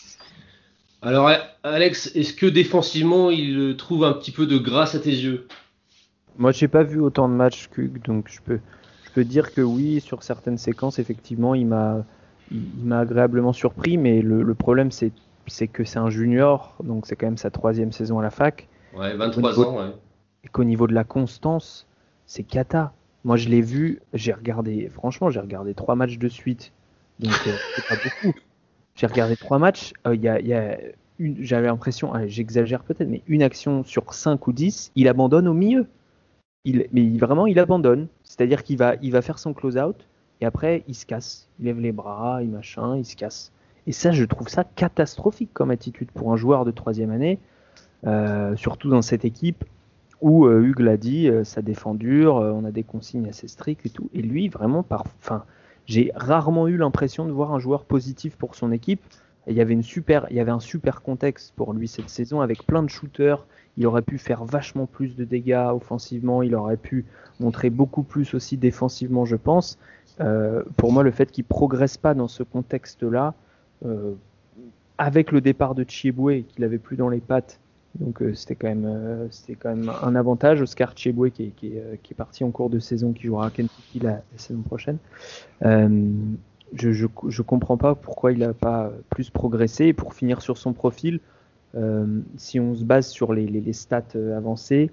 Alors, Alex, est-ce que défensivement, il trouve un petit peu de grâce à tes yeux? Moi, j'ai pas vu autant de matchs qu'Hugues, donc je peux, je peux dire que oui, sur certaines séquences, effectivement, il m'a, il, il m'a agréablement surpris, mais le, le problème, c'est, c'est que c'est un junior, donc c'est quand même sa troisième saison à la fac, Ouais, au vingt-trois niveau, ans, ouais. et qu'au niveau de la constance, c'est cata. Moi, je l'ai vu, j'ai regardé, franchement, j'ai regardé trois matchs de suite, donc euh, c'est pas beaucoup. J'ai regardé trois matchs, il y a, y a une, j'avais l'impression, allez, j'exagère peut-être, mais une action sur cinq ou dix, il abandonne au milieu. Il, mais il, vraiment, il abandonne. C'est-à-dire qu'il va, il va faire son close-out et après, il se casse. Il lève les bras, il machin, il se casse. Et ça, je trouve ça catastrophique comme attitude pour un joueur de troisième année, euh, surtout dans cette équipe où euh, Hugues l'a dit, euh, ça défend dur, euh, on a des consignes assez strictes et tout. Et lui, vraiment, par, enfin, j'ai rarement eu l'impression de voir un joueur positif pour son équipe. Et il y avait une super, il y avait un super contexte pour lui cette saison avec plein de shooters. Il aurait pu faire vachement plus de dégâts offensivement. Il aurait pu montrer beaucoup plus aussi défensivement, je pense. Euh, pour moi, le fait qu'il progresse pas dans ce contexte-là, euh, avec le départ de Chieboué qu'il avait plus dans les pattes, donc euh, c'était quand même, euh, c'était quand même un avantage. Oscar Chieboué qui est, qui est, euh, qui est parti en cours de saison, qui jouera à Kentucky la, la saison prochaine. Euh, je, je, je comprends pas pourquoi il n'a pas plus progressé. Et pour finir sur son profil, euh, si on se base sur les, les, les stats avancées,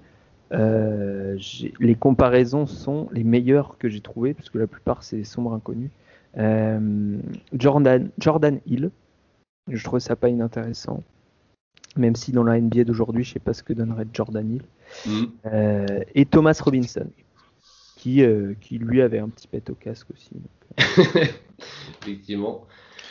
euh, les comparaisons sont les meilleures que j'ai trouvées, parce que la plupart c'est sombre inconnu. Euh, Jordan, Jordan Hill, je trouve ça pas inintéressant, même si dans la N B A d'aujourd'hui, je sais pas ce que donnerait Jordan Hill. Mm. Euh, et Thomas Robinson, qui, euh, qui lui avait un petit pet au casque aussi. Donc, euh... Effectivement.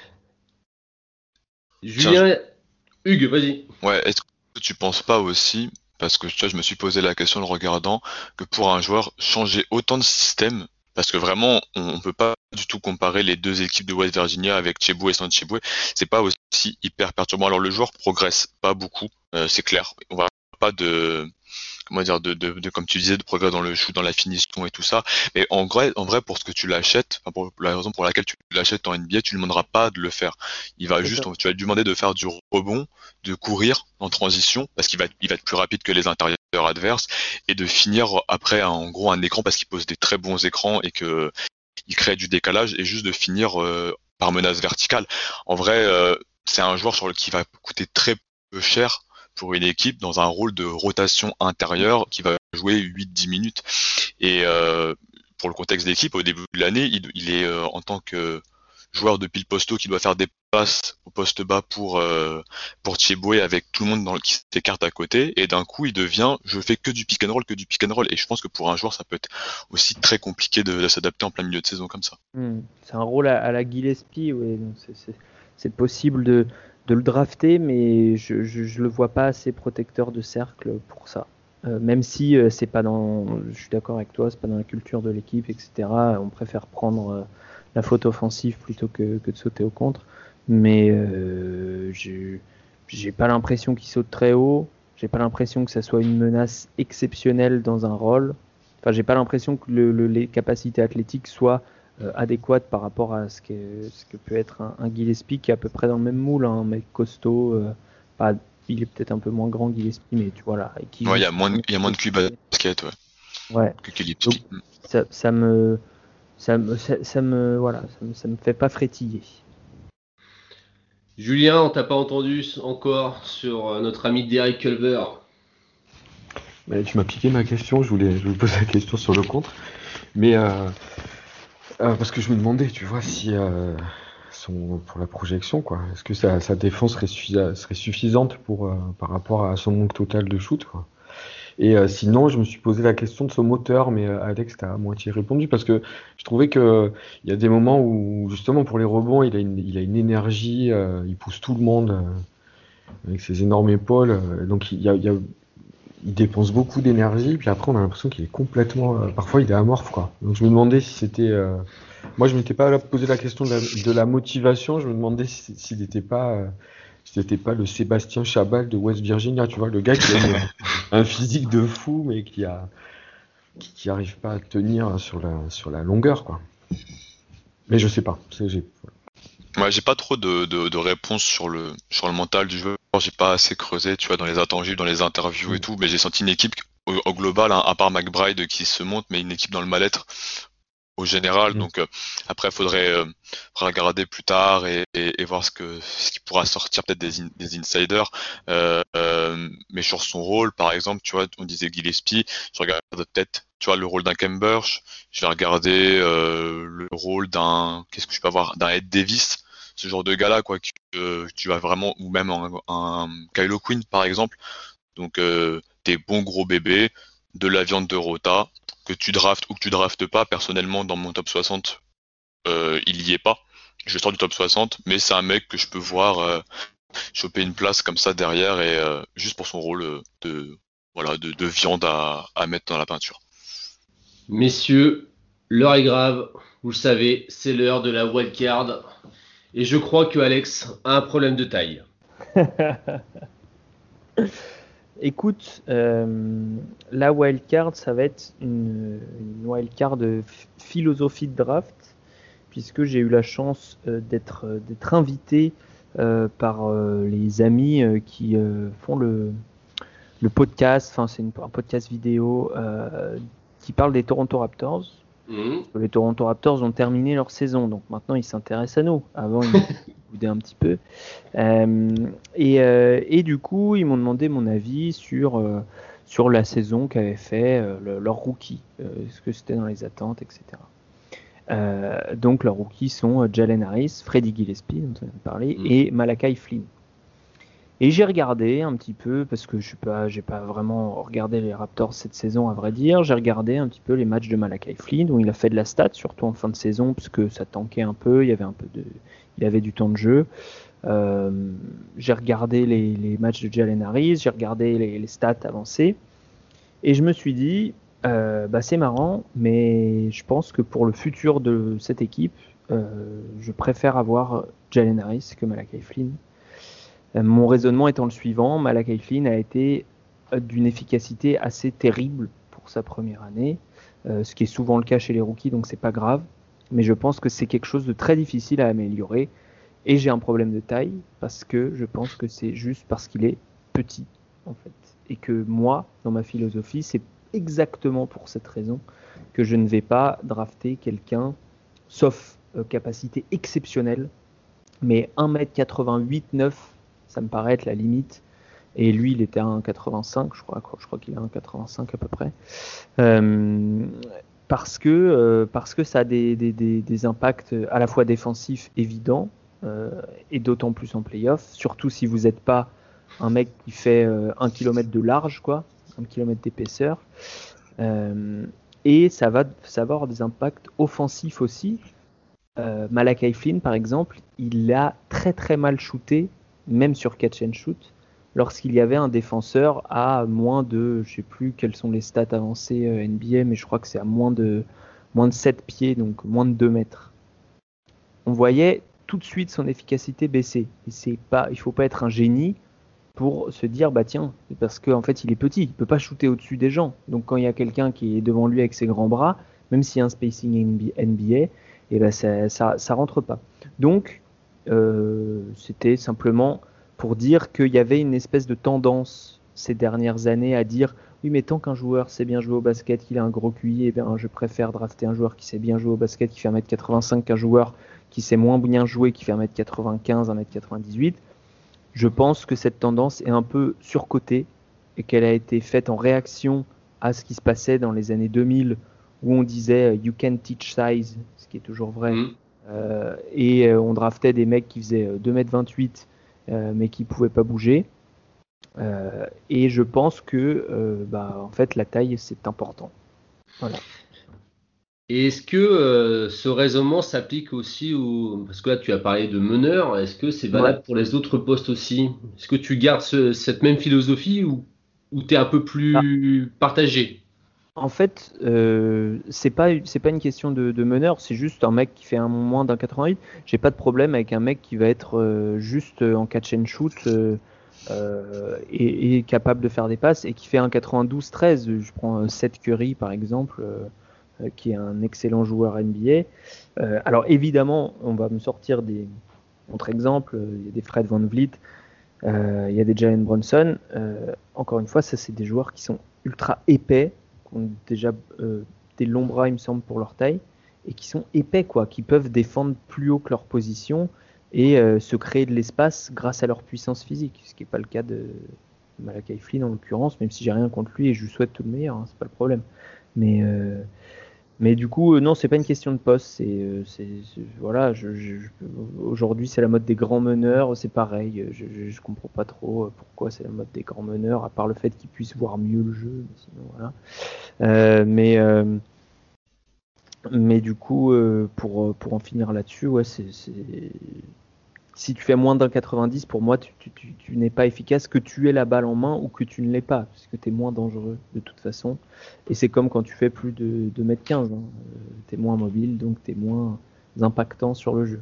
Julien, Tiens, Hugues, vas-y. Ouais, est-ce que tu penses pas aussi, parce que tu vois, je me suis posé la question en le regardant, que pour un joueur, changer autant de système, parce que vraiment, on, on peut pas du tout comparer les deux équipes de West Virginia avec Chieboué et sans Chieboué, c'est pas aussi hyper perturbant. Alors le joueur progresse pas beaucoup, euh, c'est clair. On va pas de comment dire de, de, de comme tu disais de progrès dans le shoot, dans la finition et tout ça, mais en vrai en vrai pour ce que tu l'achètes, enfin pour la raison pour laquelle tu l'achètes en N B A, tu lui demanderas pas de le faire. Il va c'est juste ça. Tu vas lui demander de faire du rebond, de courir en transition parce qu'il va il va être plus rapide que les intérieurs adverses et de finir après en gros un écran parce qu'il pose des très bons écrans et que il crée du décalage et juste de finir euh, par menace verticale. En vrai euh, c'est un joueur sur le qui va coûter très peu cher pour une équipe dans un rôle de rotation intérieure qui va jouer huit dix minutes. Et euh, pour le contexte d'équipe, au début de l'année, il, il est euh, en tant que joueur de pile posto qui doit faire des passes au poste bas pour euh, pour Chieboué avec tout le monde dans le, qui s'écarte à côté. Et d'un coup, il devient je fais que du pick and roll, que du pick and roll. Et je pense que pour un joueur, ça peut être aussi très compliqué de, de s'adapter en plein milieu de saison comme ça. Mmh. C'est un rôle à, à la Gillespie, ouais. Donc c'est, c'est, c'est possible de de le drafter, mais je, je, je le vois pas assez protecteur de cercle pour ça. Euh, même si euh, c'est pas dans, je suis d'accord avec toi, c'est pas dans la culture de l'équipe, et cetera. On préfère prendre euh, la faute offensive plutôt que, que de sauter au contre. Mais euh, j'ai, j'ai pas l'impression qu'il saute très haut. J'ai pas l'impression que ça soit une menace exceptionnelle dans un rôle. Enfin, j'ai pas l'impression que le, le, les capacités athlétiques soient Euh, adéquate par rapport à ce que, ce que peut être un, un Gillespie qui est à peu près dans le même moule, hein, un mec costaud, euh, pas, il est peut-être un peu moins grand que Gillespie, mais tu vois là. Qui ouais, il y a moins de, il y a moins de Q basket, ouais. Ouais. Que Gillespie. Donc, ça, ça me, ça me, ça, ça me, voilà, ça me, ça me fait pas frétiller. Julien, on t'a pas entendu encore sur notre ami Derek Culver. Mais tu m'as piqué ma question, je voulais, je voulais poser la question sur le contre. Mais euh, euh, parce que je me demandais, tu vois, si euh, son, pour la projection, quoi, est-ce que sa, sa défense serait, suffi- serait suffisante pour, euh, par rapport à son manque total de shoot, quoi. Et euh, sinon, je me suis posé la question de son moteur, mais euh, Alex t'a à moitié répondu parce que je trouvais que il y a des moments où justement pour les rebonds, il a une, il a une énergie, euh, il pousse tout le monde euh, avec ses énormes épaules. euh, donc il y a, il y a- il dépense beaucoup d'énergie. Puis après, on a l'impression qu'il est complètement, euh, parfois, il est amorphe, quoi. Donc je me demandais si c'était, euh, moi, je m'étais pas là posé la question de la, de la motivation. Je me demandais si- s'il n'était pas, euh, si c'était pas le Sébastien Chabal de West Virginia, tu vois, le gars qui a une- un physique de fou, mais qui a, qui, qui arrive pas à tenir sur la, sur la longueur, quoi. Mais je sais pas. C'est, j'ai, Ouais, j'ai pas trop de, de, de réponses sur le, sur le mental du joueur. J'ai pas assez creusé, tu vois, dans les intangibles, dans les interviews et Mm. tout, mais j'ai senti une équipe au, au global, hein, à part McBride qui se monte, mais une équipe dans le mal-être au général. Mm. Donc euh, après, faudrait euh, regarder plus tard et, et, et voir ce que ce qui pourra sortir peut-être des, in- des insiders. Euh, euh, mais sur son rôle, par exemple, tu vois, on disait Gillespie, je regarde peut-être, tu vois, le rôle d'un Kembersh. Je vais regarder euh, le rôle d'un, qu'est-ce que je peux avoir, d'un Ed Davis, ce genre de gars-là, quoi, que euh, tu vas vraiment, ou même un, un Kylo Quinn, par exemple. Donc euh, des bons gros bébés, de la viande de rota, que tu draftes ou que tu draftes pas. Personnellement, dans mon top soixante, euh, il y est pas. Je sors du top soixante, mais c'est un mec que je peux voir euh, choper une place comme ça derrière et euh, juste pour son rôle euh, de voilà de, de viande à, à mettre dans la peinture. Messieurs, l'heure est grave. Vous le savez, c'est l'heure de la wildcard. Et je crois que Alex a un problème de taille. Écoute, euh, la wildcard, ça va être une, une wildcard de f- philosophie de draft, puisque j'ai eu la chance euh, d'être euh, d'être invité euh, par euh, les amis euh, qui euh, font le, le podcast, enfin c'est une- un podcast vidéo euh, qui parle des Toronto Raptors. Mmh. Les Toronto Raptors ont terminé leur saison, donc maintenant ils s'intéressent à nous. Avant, ils nous boudaient un petit peu. Euh, et, euh, et du coup, ils m'ont demandé mon avis sur, euh, sur la saison qu'avait fait euh, le- leur rookie, euh, ce que c'était dans les attentes, et cetera. Euh, donc leurs rookies sont euh, Jalen Harris, Freddie Gillespie, dont on vient de parler, Mm. et Malachi Flynn. Et j'ai regardé un petit peu, parce que je suis pas, j'ai pas vraiment regardé les Raptors cette saison, à vrai dire. J'ai regardé un petit peu les matchs de Malachi Flynn, où il a fait de la stat, surtout en fin de saison, parce que ça tankait un peu, il y avait un peu de, il avait du temps de jeu. Euh, j'ai regardé les, les matchs de Jalen Harris, j'ai regardé les, les stats avancées, et je me suis dit, euh, bah c'est marrant, mais je pense que pour le futur de cette équipe, euh, je préfère avoir Jalen Harris que Malachi Flynn. Euh, mon raisonnement étant le suivant, Malachi Flynn a été euh, d'une efficacité assez terrible pour sa première année, euh, ce qui est souvent le cas chez les rookies, donc c'est pas grave. Mais je pense que c'est quelque chose de très difficile à améliorer. Et j'ai un problème de taille parce que je pense que c'est juste parce qu'il est petit, en fait. Et que moi, dans ma philosophie, c'est exactement pour cette raison que je ne vais pas drafter quelqu'un, sauf euh, capacité exceptionnelle, mais un mètre quatre-vingt-huit neuf, ça me paraît être la limite. Et lui, il était à un mètre quatre-vingt-cinq, je crois, je crois qu'il est à un mètre quatre-vingt-cinq à peu près. Euh, parce, que, euh, parce que ça a des, des, des, des impacts à la fois défensifs évidents, euh, et d'autant plus en playoff, surtout si vous n'êtes pas un mec qui fait euh, un kilomètre de large, quoi, un kilomètre d'épaisseur. Euh, et ça va, ça va avoir des impacts offensifs aussi. Euh, Malachi Flynn, par exemple, il a très très mal shooté, même sur catch and shoot, lorsqu'il y avait un défenseur à moins de, je sais plus quelles sont les stats avancées euh, N B A, mais je crois que c'est à moins de, moins de sept pieds, donc moins de deux mètres. On voyait tout de suite son efficacité baisser. Et c'est pas, il faut pas être un génie pour se dire, bah tiens, parce qu'en fait il est petit, il peut pas shooter au-dessus des gens. Donc quand il y a quelqu'un qui est devant lui avec ses grands bras, même s'il y a un spacing N B A, et ben ça, ça, ça rentre pas. Donc euh, c'était simplement pour dire qu'il y avait une espèce de tendance ces dernières années à dire oui, mais tant qu'un joueur sait bien jouer au basket, qu'il a un gros Q I, eh bien, je préfère drafter un joueur qui sait bien jouer au basket, qui fait un mètre quatre-vingt-cinq, qu'un joueur qui sait moins bien jouer, qui fait un mètre quatre-vingt-quinze, un mètre quatre-vingt-dix-huit. Je pense que cette tendance est un peu surcotée et qu'elle a été faite en réaction à ce qui se passait dans les années deux mille, où on disait « you can teach size », ce qui est toujours vrai, mmh. euh, et euh, on draftait des mecs qui faisaient deux mètres vingt-huit, euh, mais qui ne pouvaient pas bouger. Euh, et je pense que euh, bah, en fait la taille c'est important. Voilà. Et est-ce que euh, ce raisonnement s'applique aussi au... Parce que là tu as parlé de meneur, est-ce que c'est valable ouais. pour les autres postes aussi? Est-ce que tu gardes ce, cette même philosophie ou, ou tu es un peu plus ah. partagé? En fait, euh, c'est pas c'est pas une question de, de meneur, c'est juste un mec qui fait un moins d'un quatre-vingt-huit. J'ai pas de problème avec un mec qui va être euh, juste en catch and shoot euh, Euh, et, et capable de faire des passes et qui fait un quatre-vingt-douze treize. Je prends Seth Curry par exemple, euh, qui est un excellent joueur N B A. Euh, alors évidemment, on va me sortir des contre-exemples. Il y a des Fred VanVleet, euh, il y a des Jalen Brunson. Euh, encore une fois, ça c'est des joueurs qui sont ultra épais, qui ont déjà euh, des longs bras, il me semble, pour leur taille, et qui sont épais, quoi, qui peuvent défendre plus haut que leur position et euh, se créer de l'espace grâce à leur puissance physique, ce qui n'est pas le cas de Malachi Flynn en l'occurrence, même si j'ai rien contre lui et je lui souhaite tout le meilleur, hein, c'est pas le problème. Mais, euh, mais du coup, euh, non, c'est pas une question de poste, c'est, euh, c'est, c'est voilà, je, je, je, aujourd'hui c'est la mode des grands meneurs, c'est pareil, je, je, je comprends pas trop pourquoi c'est la mode des grands meneurs, à part le fait qu'ils puissent voir mieux le jeu, mais sinon voilà. Euh, mais euh, mais du coup, euh, pour pour en finir là-dessus, ouais, c'est, c'est si tu fais moins d'un quatre-vingt-dix, pour moi, tu, tu, tu, tu n'es pas efficace, que tu aies la balle en main ou que tu ne l'aies pas, parce que tu es moins dangereux de toute façon. Et c'est comme quand tu fais plus de deux mètres quinze. Hein. Tu es moins mobile, donc tu es moins impactant sur le jeu.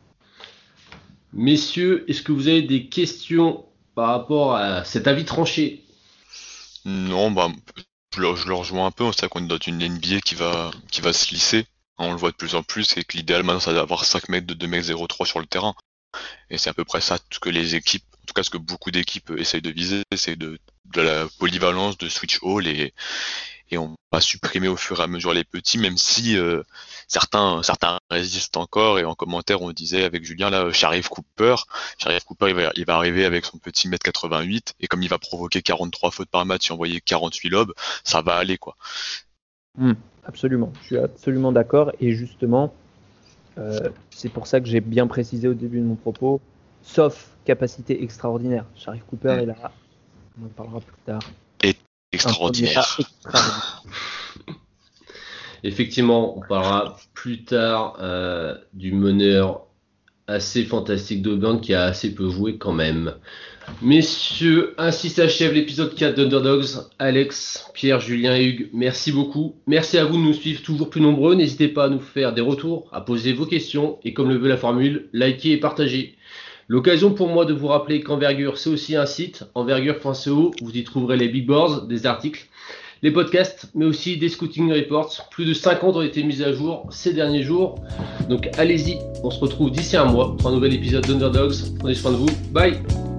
Messieurs, est-ce que vous avez des questions par rapport à cet avis tranché? Non, bah, je le, je le rejoins un peu. C'est vrai qu'on est dans une N B A qui va, qui va se lisser. On le voit de plus en plus, et que l'idéal maintenant, c'est d'avoir cinq mecs de deux mètres zéro trois sur le terrain. Et c'est à peu près ça ce que les équipes, en tout cas ce que beaucoup d'équipes essayent de viser, c'est de, de la polyvalence, de switch all, et, et on va supprimer au fur et à mesure les petits, même si euh, certains certains résistent encore. Et en commentaire on disait avec Julien là, Sharife Cooper, Sharife Cooper il va, il va arriver avec son petit mètre quatre-vingt-huit, et comme il va provoquer quarante-trois fautes par match et envoyer quarante-huit lobes, ça va aller quoi. Mmh, absolument, je suis absolument d'accord, et justement Euh, c'est pour ça que j'ai bien précisé au début de mon propos, sauf capacité extraordinaire. Sharife Cooper est là, on en parlera plus tard. Et extraordinaire. extraordinaire. Effectivement, on parlera plus tard euh, du meneur assez fantastique d'Auburn qui a assez peu joué quand même. Messieurs, ainsi s'achève l'épisode quatre d'Underdogs. Alex, Pierre, Julien et Hugues, merci beaucoup. Merci à vous de nous suivre toujours plus nombreux. N'hésitez pas à nous faire des retours, à poser vos questions et comme le veut la formule, likez et partagez. L'occasion pour moi de vous rappeler qu'Envergure, c'est aussi un site, envergure point co. Vous y trouverez les big boards, des articles, les podcasts, mais aussi des scouting reports. Plus de cinquante ont été mis à jour ces derniers jours. Donc allez-y, on se retrouve d'ici un mois pour un nouvel épisode d'Underdogs. Prenez soin de vous. Bye!